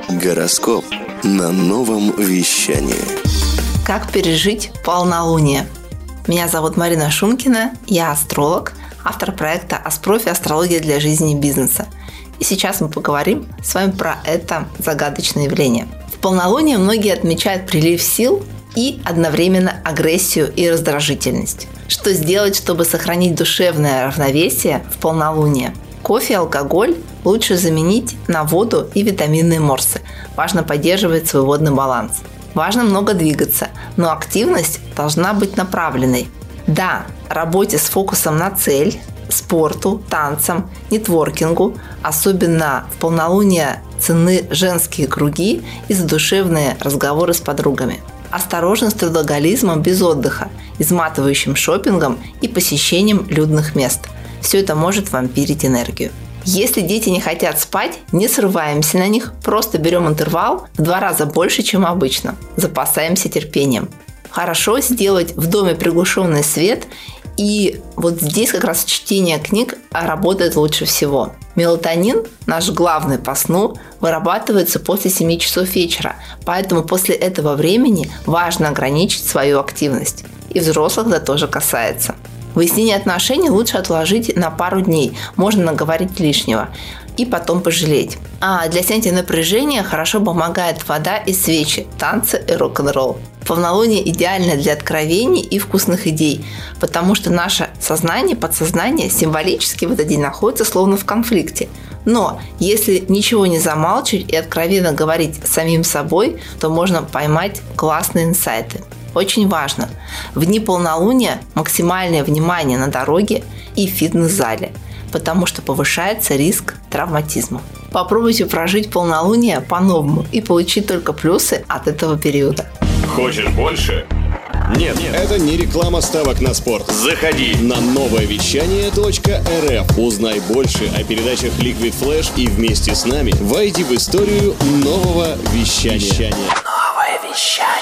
Гороскоп на новом вещании. Как пережить полнолуние? Меня зовут Марина Шумкина, я астролог, автор проекта «Аспрофи. Астрология для жизни и бизнеса». И сейчас мы поговорим с вами про это загадочное явление. В полнолуние многие отмечают прилив сил и одновременно агрессию и раздражительность. Что сделать, чтобы сохранить душевное равновесие в полнолуние? Кофе и алкоголь лучше заменить на воду и витаминные морсы. Важно поддерживать свой водный баланс. Важно много двигаться, но активность должна быть направленной. Да, работе с фокусом на цель, спорту, танцам, нетворкингу, особенно в полнолуние ценны женские круги и задушевные разговоры с подругами. Осторожно с трудоголизмом без отдыха, изматывающим шопингом и посещением людных мест. Все это может вампирить энергию. Если дети не хотят спать, не срываемся на них, просто берем интервал в 2 раза больше, чем обычно. Запасаемся терпением. Хорошо сделать в доме приглушенный свет, и вот здесь как раз чтение книг работает лучше всего. Мелатонин, наш главный по сну, вырабатывается после 7 часов вечера, поэтому после этого времени важно ограничить свою активность. И взрослых это тоже касается. Выяснение отношений лучше отложить на пару дней, можно наговорить лишнего и потом пожалеть. А для снятия напряжения хорошо помогает вода и свечи, танцы и рок-н-ролл. Полнолуние идеально для откровений и вкусных идей, потому что наше сознание, подсознание символически в этот день находится словно в конфликте. Но если ничего не замалчивать и откровенно говорить с самим собой, то можно поймать классные инсайты. Очень важно. В дни полнолуния максимальное внимание на дороге и фитнес-зале, потому что повышается риск травматизма. Попробуйте прожить полнолуние по-новому и получить только плюсы от этого периода. Хочешь больше? Нет, это не реклама ставок на спорт. Заходи на нововещание.рф. Узнай больше о передачах Liquid Flash и вместе с нами войди в историю нового вещания. Новое вещание.